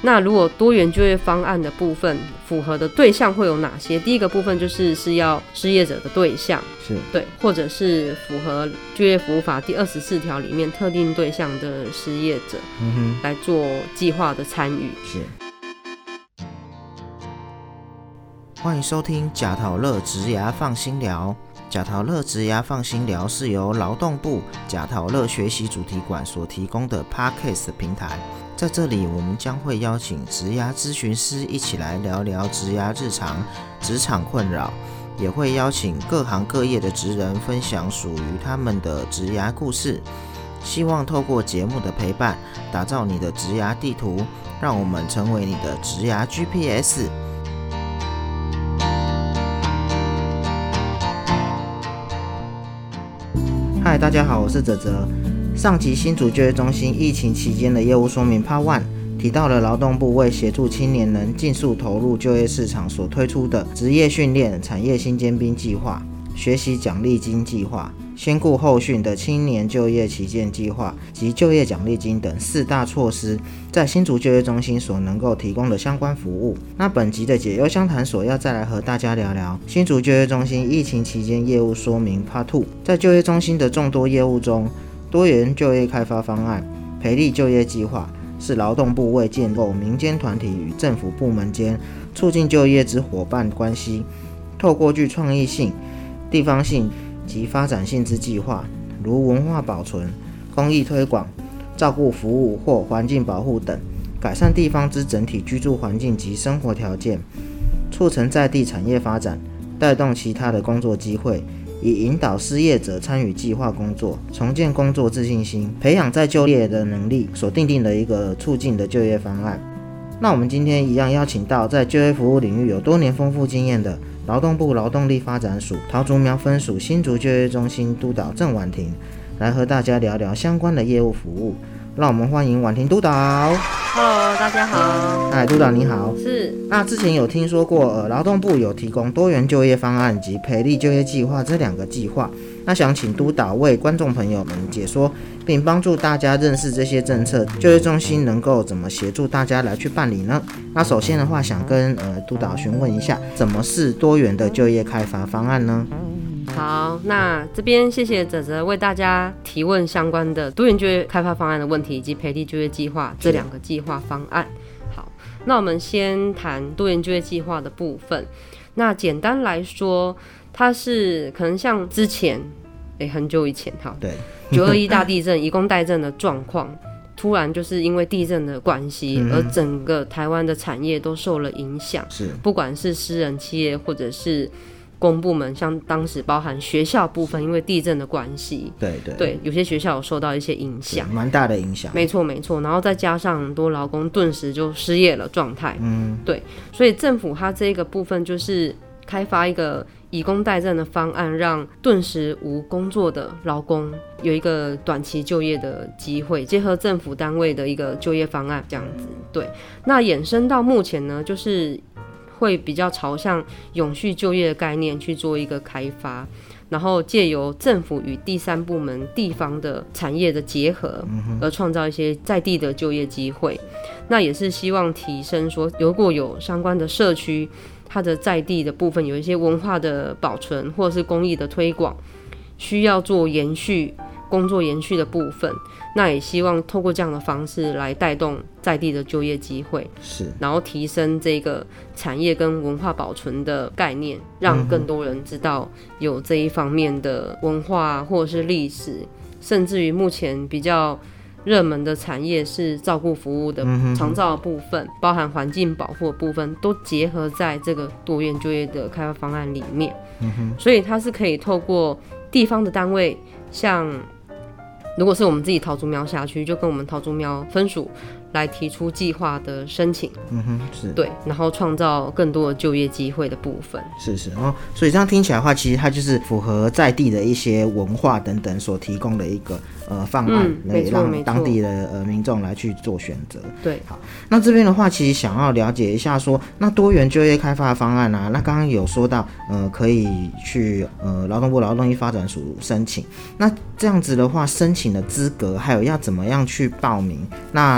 那如果多元就业方案的部分符合的对象会有哪些？第一个部分就是要失业者的对象， 是对， 或者是符合就业服务法第24条里面特定对象的失业者，来做计划的参与。 是。欢迎收听贾陶乐职涯放心聊。贾陶乐职涯放心聊是由劳动部贾陶乐学习主题馆所提供的 Podcast 平台。在这里，我们将会邀请职涯咨询师一起来聊聊职涯日常、职场困扰，也会邀请各行各业的职人分享属于他们的职涯故事。希望透过节目的陪伴，打造你的职涯地图，让我们成为你的职涯 GPS。嗨，大家好，我是哲哲。上集新竹就业中心疫情期间的业务说明 Part 1提到了劳动部为协助青年人尽速投入就业市场所推出的职业训练产业新尖兵计划、学习奖励金计划、先顾后训的青年就业旗舰计划及就业奖励金等4大措施，在新竹就业中心所能够提供的相关服务。那本集的解忧相谈所要再来和大家聊聊新竹就业中心疫情期间业务说明 Part 2。在就业中心的众多业务中，多元就业开发方案、培力就业计划是劳动部为建构民间团体与政府部门间促进就业之伙伴关系，透过具创意性、地方性及发展性之计划，如文化保存、公益推广、照顾服务或环境保护等，改善地方之整体居住环境及生活条件，促成在地产业发展，带动其他的工作机会，以引导失业者参与计划工作，重建工作自信心，培养再就业的能力所订定的一个促进的就业方案。那我们今天一样邀请到在就业服务领域有多年丰富经验的劳动部劳动力发展署桃竹苗分署新竹就业中心督导郑婉婷，来和大家聊聊相关的业务服务。让我们欢迎婉婷督导。 Hello， 大家好。 嗨，督导你好。 是。 那之前有听说过，劳动部有提供多元就业方案及培力就业计划这2个计划。那想请督导为观众朋友们解说，并帮助大家认识这些政策，就业中心能够怎么协助大家来去办理呢？那首先的话，想跟督导询问一下，怎么是多元的就业开发方案呢？ 好，那这边谢谢哲哲为大家提问相关的多元就业开发方案的问题，以及培力就业计划这2个计划方案。好，那我们先谈多元就业计划的部分。那简单来说，它是可能像之前很久以前，好，对，921大地震以工代赈的状况，突然就是因为地震的关系，而整个台湾的产业都受了影响，是不管是私人企业或者是公部门，像当时包含学校部分，因为地震的关系，对，有些学校有受到一些影响，蛮大的影响，没错，然后再加上很多劳工顿时就失业了状态，对，所以政府它这个部分就是开发一个以工代赈的方案，让顿时无工作的劳工有一个短期就业的机会，结合政府单位的一个就业方案这样子。对，那衍生到目前呢，就是会比较朝向永续就业的概念去做一个开发，然后借由政府与第三部门地方的产业的结合，而创造一些在地的就业机会。那也是希望提升说，如果有相关的社区，它的在地的部分有一些文化的保存或者是公益的推广，需要做延续工作延续的部分，那也希望透过这样的方式来带动在地的就业机会，是，然后提升这个产业跟文化保存的概念，让更多人知道有这一方面的文化或者是历史，甚至于目前比较热门的产业是照顾服务的长照的部分，包含环境保护的部分，都结合在这个多元就业的开发方案里面。所以它是可以透过地方的单位，像如果是我们自己桃竹苗辖区，就跟我们桃竹苗分署来提出计划的申请，是，对，然后创造更多的就业机会的部分，是所以这样听起来的话，其实它就是符合在地的一些文化等等所提供的一个方案，来让当地的民众来去做选择。对，好，那这边的话，其实想要了解一下说，那多元就业开发的方案啊，那刚刚有说到可以去劳动部劳动力发展署申请，那这样子的话，申请的资格还有要怎么样去报名？那另外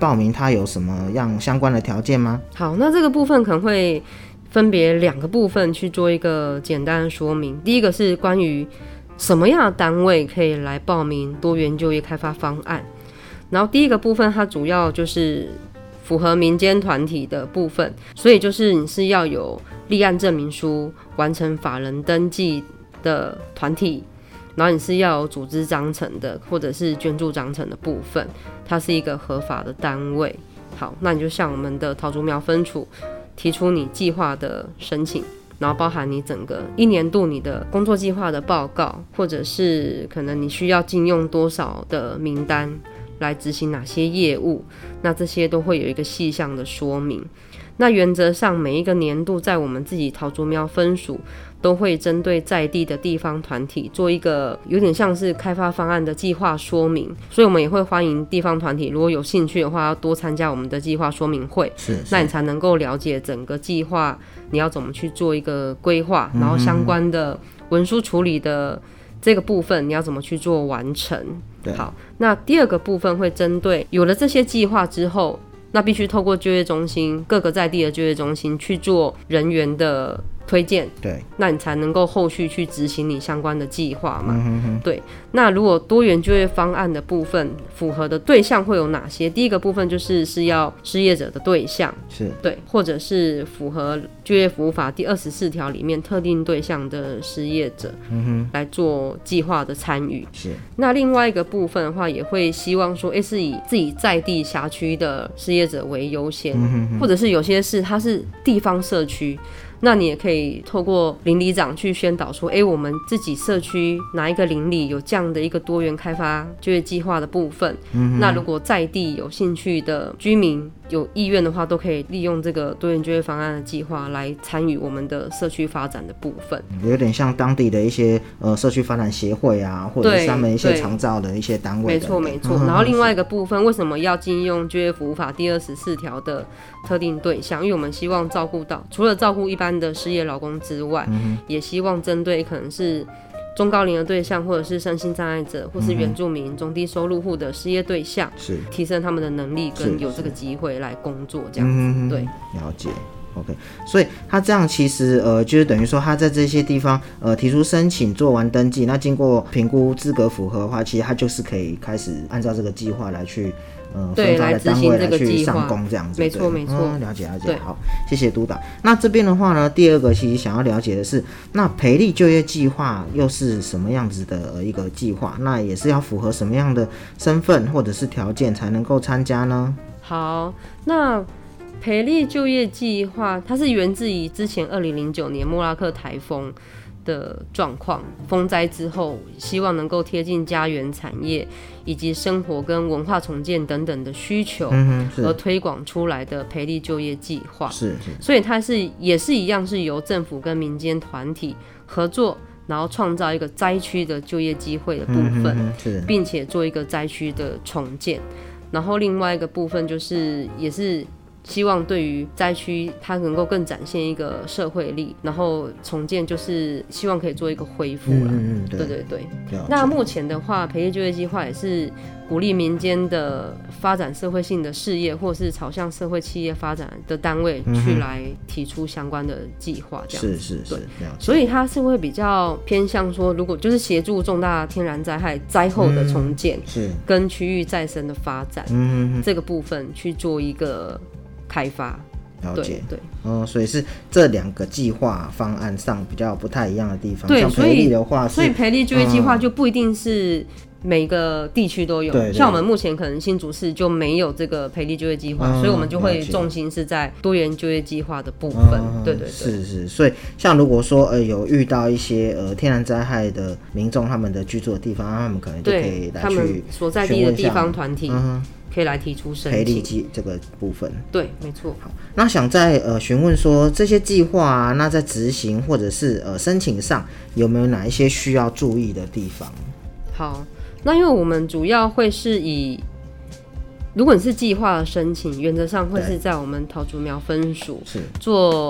报名它有什么样相关的条件吗？ 好，那这个部分可能会分别2个部分去做一个简单的说明。第一个是关于什么样的单位可以来报名多元就业开发方案，然后第一个部分它主要就是符合民间团体的部分，所以就是你是要有立案证明书、完成法人登记的团体，然后你是要有组织章程的或者是捐助章程的部分，它是一个合法的单位。好，那你就向我们的桃竹苗分处提出你计划的申请，然后包含你整个1年度你的工作计划的报告，或者是可能你需要禁用多少的名单来执行哪些业务，那这些都会有一个细项的说明。那原则上每一个年度在我们自己桃竹苗分署都会针对在地的地方团体做一个有点像是开发方案的计划说明，所以我们也会欢迎地方团体如果有兴趣的话要多参加我们的计划说明会，那你才能够了解整个计划你要怎么去做一个规划，然后相关的文书处理的这个部分你要怎么去做完成。好，那第2个部分会针对有了这些计划之后，那必须透过就业中心各个在地的就业中心去做人员的推荐，对，那你才能够后续去执行你相关的计划嘛。对，那如果多元就业方案的部分符合的对象会有哪些？第一个部分是要失业者的对象，是对，或者是符合就业服务法第24条里面特定对象的失业者，来做计划的参与。是，那另外一个部分的话，也会希望说，是以自己在地辖区的失业者为优先，或者是有些是它是地方社区。那你也可以透过邻里长去宣导说，我们自己社区哪一个邻里有这样的一个多元开发就业计划的部分，那如果在地有兴趣的居民有意愿的话，都可以利用这个多元就业方案的计划来参与我们的社区发展的部分，有点像当地的一些社区发展协会啊，或者是他们一些长照的一些单位。没错没错。然后另外一个部分，为什么要禁用就业服务法第24条的特定对象？因为我们希望照顾到除了照顾一般的失业劳工之外，也希望针对可能是中高龄的对象，或者是身心障碍者，或是原住民、中低收入户的失业对象，是提升他们的能力跟有这个机会来工作这样子。对，了解。OK， 所以他这样其实就是等于说他在这些地方提出申请，做完登记，那经过评估资格符合的话，其实他就是可以开始按照这个计划来去分发的单位来去上工这样子。没错没错，了解了解。好，谢谢督导。那这边的话呢，第2个其实想要了解的是，那培力就业计划又是什么样子的一个计划？那也是要符合什么样的身份或者是条件才能够参加呢？好，那培力就业计划它是源自于之前2009年莫拉克台风的状况，风灾之后希望能够贴近家园产业以及生活跟文化重建等等的需求而推广出来的培力就业计划。是，所以它也是一样是由政府跟民间团体合作，然后创造一个灾区的就业机会的部分，并且做一个灾区的重建。然后另外一个部分就是也是希望对于灾区它能够更展现一个社会力，然后重建就是希望可以做一个恢复啦。对对对。那目前的话，培力就业计划也是鼓励民间的发展社会性的事业，或是朝向社会企业发展的单位去来提出相关的计划，这样子。是。对，所以它是会比较偏向说，如果就是协助重大天然灾害灾后的重建，跟区域再生的发展，这个部分去做一个开发。了解，对，所以是这2个计划方案上比较不太一样的地方。对，像培力的话所以培力就业计划就不一定是每个地区都有，像我们目前可能新竹市就没有这个培力就业计划，所以我们就会重心是在多元就业计划的部分。对对对，是。所以像如果说有遇到一些天然灾害的民众，他们的居住的地方，他们可能就可以来去他们所在地的地方团体。可以来提出申请培力这个部分。对，没错。好，那想再询问说这些计划啊，那在执行或者是申请上有没有哪一些需要注意的地方？好，那因为我们主要会是以，如果你是计划的申请，原则上会是在我们桃竹苗分署做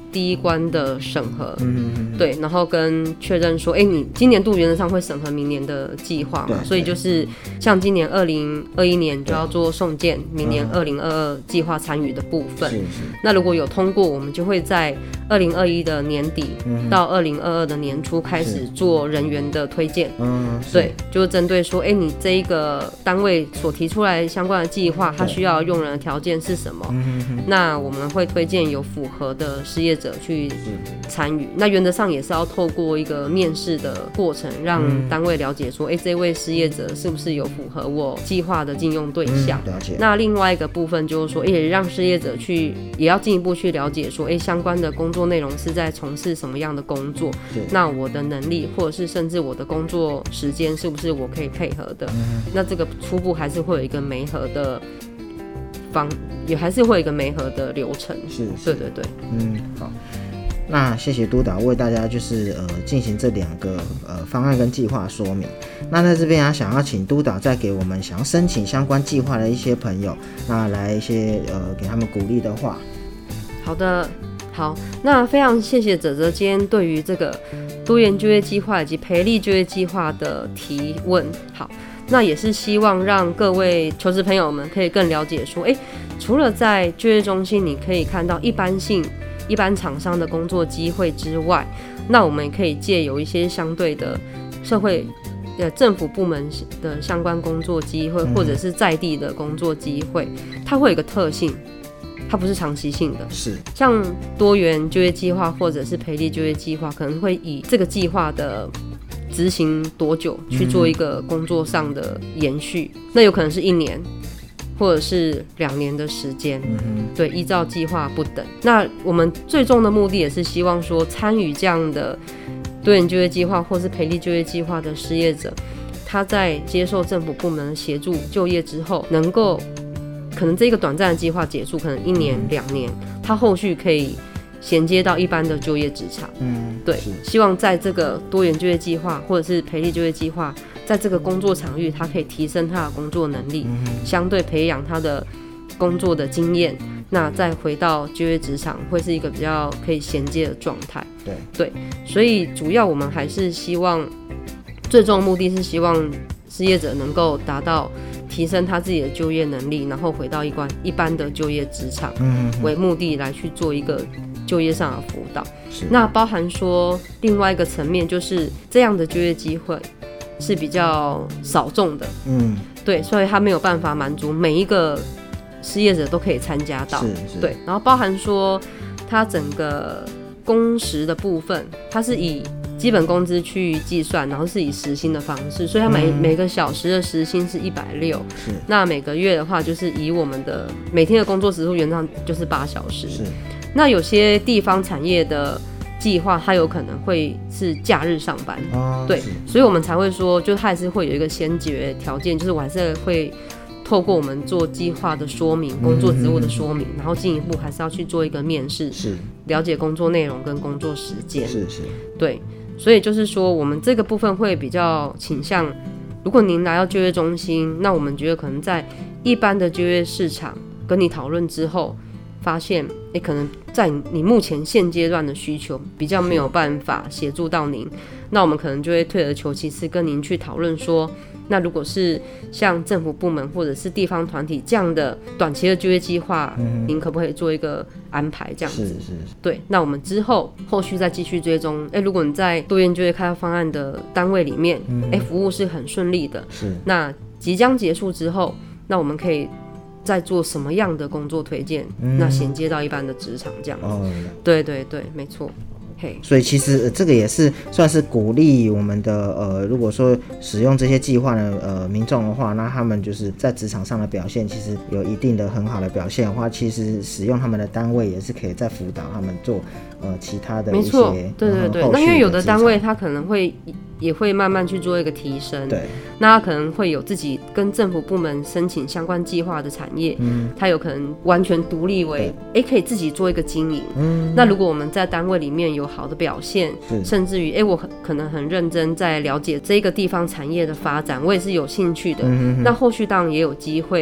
第一关的审核，对，然后跟确认说，你今年度原则上会审核明年的计划嘛，所以就是像今年2021年就要做送件，明年2022计划参与的部分。那如果有通过，我们就会在2021的年底到2022的年初开始做人员的推荐。对，就是针对说，你这一个单位所提出来相关的计划，它需要用人的条件是什么？那我们会推荐有符合的失业者去参与。那原则上也是要透过一个面试的过程，让单位了解说，这位失业者是不是有符合我计划的聘用对象。 了解。 那另外一个部分就是说，也让失业者也要进一步去了解说，相关的工作内容是在从事什么样的工作，那我的能力或者是甚至我的工作时间是不是我可以配合的。那这个初步还是会有一个媒合的也还是会有一个媒合的流程。对对对。 好。那谢谢督导为大家就是进行这2个方案跟计划说明。那在这边想要请督导再给我们想要申请相关计划的一些朋友，那来一些给他们鼓励的话。 好的，好，那非常谢谢哲哲今天对于这个多元就业计划以及培力就业计划的提问。好，那也是希望让各位求职朋友们可以更了解说，除了在就业中心你可以看到一般厂商的工作机会之外，那我们也可以借由一些相对的社会政府部门的相关工作机会，或者是在地的工作机会，它会有一个特性，它不是长期性的。像多元就业计划或者是培力就业计划，可能会以这个计划的执行多久去做一个工作上的延续，那有可能是1年或者是2年的时间。对，依照计划不等。那我们最终的目的也是希望说，参与这样的多元就业计划或是培力就业计划的失业者，他在接受政府部门的协助就业之后，能够可能这个短暂的计划结束，可能1年2年，他后续可以衔接到一般的就业职场。对，希望在这个多元就业计划或者是培力就业计划，在这个工作场域，他可以提升他的工作能力，相对培养他的工作的经验，那再回到就业职场会是一个比较可以衔接的状态。对，所以主要我们还是希望，最终的目的是希望失业者能够达到提升他自己的就业能力，然后回到一般的就业职场为目的来去做一个就业上的辅导。那包含说另外一个层面，就是这样的就业机会是比较少众的。对，所以他没有办法满足每一个失业者都可以参加到。对，然后包含说他整个工时的部分，它是以基本工资去计算，然后是以时薪的方式，所以它每个小时的时薪是160。那每个月的话，就是以我们的每天的工作时数原则上就是8小时。那有些地方产业的计划，它有可能会是假日上班。对，所以我们才会说，就它还是会有一个先决条件，就是我还是会透过我们做计划的说明，工作职务的说明，然后进一步还是要去做一个面试，了解工作内容跟工作时间。对，所以就是说我们这个部分会比较倾向，如果您来到就业中心，那我们觉得可能在一般的就业市场跟你讨论之后，发现可能在你目前现阶段的需求比较没有办法协助到您，那我们可能就会退而求其次，跟您去讨论说，那如果是像政府部门或者是地方团体这样的短期的就业计划，您可不可以做一个安排这样子？对，那我们之后后续再继续追踪。如果你在多元就业开发方案的单位里面，服务是很顺利的，那即将结束之后，那我们可以在做什么样的工作推荐，那衔接到一般的职场这样子。对对对，没错。 所以其实这个也是算是鼓励我们的如果说使用这些计划的民众的话，那他们就是在职场上的表现其实有一定的很好的表现的话，其实使用他们的单位也是可以再辅导他们做其他的一些。没错， 对对对。那因为有的单位他可能也会慢慢去做一个提升，对，那他可能会有自己跟政府部门申请相关计划的产业，他有可能完全独立为可以自己做一个经营。那如果我们在单位里面有好的表现，甚至于我可能很认真在了解这个地方产业的发展，我也是有兴趣的，那后续当然也有机会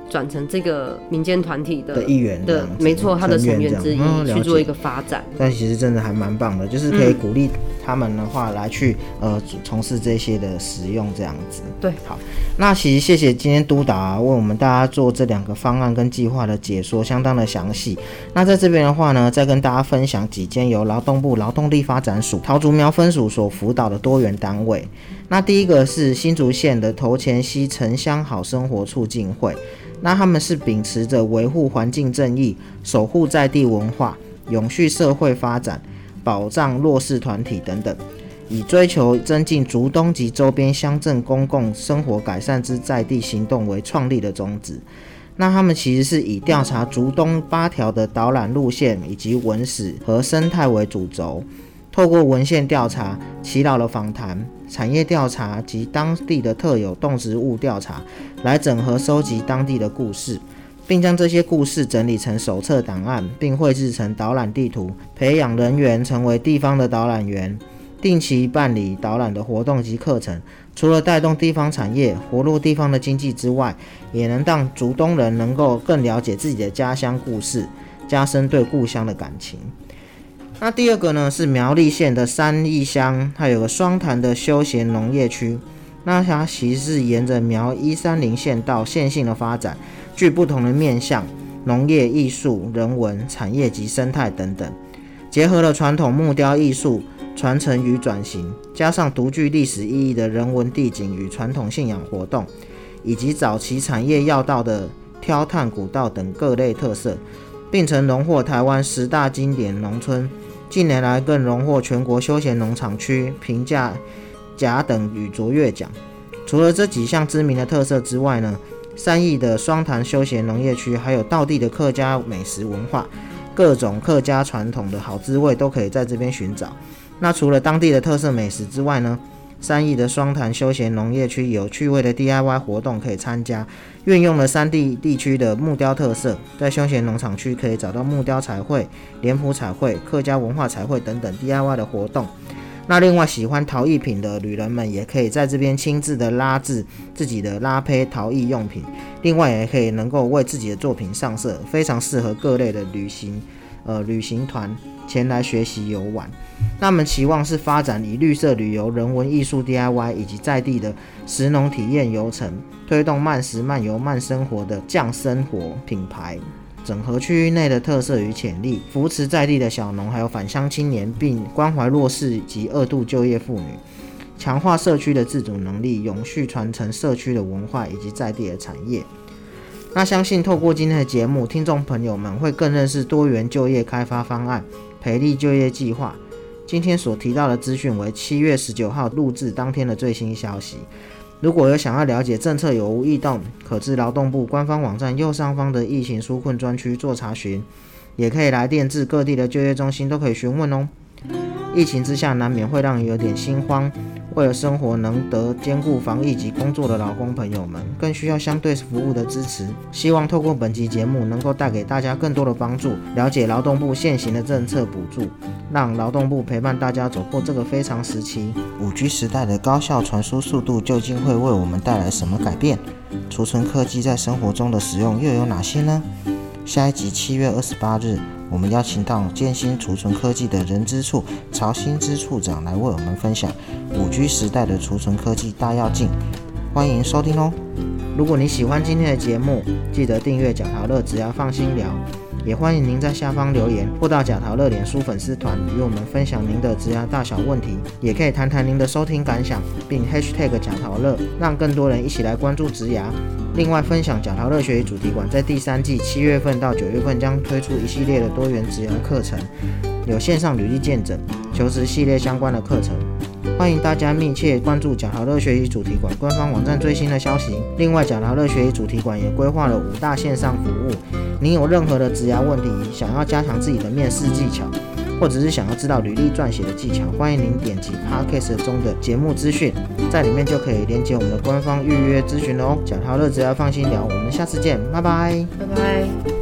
转成这个民间团体的一员的， 没错，他的成员之一，去做一个发展。 但其实真的还蛮棒的，就是可以鼓励他们的话来去从事这些的使用这样子。 对， 好，那其实谢谢今天督导为我们大家做这2个方案跟计划的解说，相当的详细。那在这边的话呢，再跟大家分享几间由劳动部劳动力发展署桃竹苗分署所辅导的多元单位。那第一个是新竹县的头前溪城乡好生活促进会，那他们是秉持着维护环境正义、守护在地文化、永续社会发展、保障弱势团体等等，以追求增进竹东及周边乡镇公共生活改善之在地行动为创立的宗旨。那他们其实是以调查竹东8条的导览路线以及文史和生态为主轴，透过文献调查、耆老的访谈、产业调查及当地的特有动植物调查，来整合收集当地的故事，并将这些故事整理成手册档案，并绘制成导览地图，培养人员成为地方的导览员，定期办理导览的活动及课程。除了带动地方产业、活络地方的经济之外，也能让竹东人能够更了解自己的家乡故事，加深对故乡的感情。那第二个呢，是苗栗县的三义乡，它有个双潭的休闲农业区。那它其实是沿着苗130县道线性的发展，具不同的面向，农业、艺术、人文、产业及生态等等，结合了传统木雕艺术传承与转型，加上独具历史意义的人文地景与传统信仰活动，以及早期产业要道的挑炭古道等各类特色，并曾荣获台湾10大经典农村，近年来更荣获全国休闲农场区评价甲等与卓越奖。除了这几项知名的特色之外呢，三义的双潭休闲农业区还有道地的客家美食文化，各种客家传统的好滋味都可以在这边寻找。那除了当地的特色美食之外呢，三义的双潭休闲农业区有趣味的 DIY 活动可以参加，运用了3地地区的木雕特色，在休闲农场区可以找到木雕彩绘、脸谱彩绘、客家文化彩绘等等 DIY 的活动。那另外喜欢陶艺品的旅人们也可以在这边亲自的拉制自己的拉胚陶艺用品，另外也可以能够为自己的作品上色，非常适合各类的旅行团前来学习游玩。那么期望是发展以绿色旅游、人文艺术 DIY 以及在地的食农体验游程，推动慢食慢游慢生活的酱生活品牌，整合区域内的特色与潜力，扶持在地的小农还有返乡青年，并关怀弱势及2度就业妇女，强化社区的自主能力，永续传承社区的文化以及在地的产业。那相信透过今天的节目，听众朋友们会更认识多元就业开发方案、培力就业计划。今天所提到的资讯为7月19号录制当天的最新消息。如果有想要了解政策有无异动，可至劳动部官方网站右上方的疫情纾困专区做查询，也可以来电至各地的就业中心都可以询问哦。疫情之下难免会让人有点心慌，为了生活能得兼顾防疫及工作的劳工朋友们，更需要相对服务的支持。希望透过本期节目能够带给大家更多的帮助，了解劳动部现行的政策补助，让劳动部陪伴大家走过这个非常时期。5G 时代的高效传输速度究竟会为我们带来什么改变？储存科技在生活中的使用又有哪些呢？下一集7月28日，我们邀请到建新储存科技的人资处曹新之处长来为我们分享 5G 时代的储存科技大要进，欢迎收听哦。如果你喜欢今天的节目，记得订阅脚陶乐只要放心聊，也欢迎您在下方留言或到脚陶乐脸书粉丝团与我们分享您的职涯大小问题，也可以谈谈您的收听感想，并 hashtag 脚陶乐，让更多人一起来关注职涯。另外分享脚陶乐学习主题馆在第3季7月份到9月份将推出一系列的多元职涯课程，有线上履历见证、求职系列相关的课程，欢迎大家密切关注脚陶乐学习主题馆官方网站最新的消息。另外脚陶乐学习主题馆也规划了5大线上服务，您有任何的职涯问题，想要加强自己的面试技巧，或者是想要知道履历撰写的技巧，欢迎您点击 Podcast 中的节目资讯，在里面就可以连接我们的官方预约咨询了哦。脚陶乐只要放心聊，我们下次见，拜拜， 拜拜。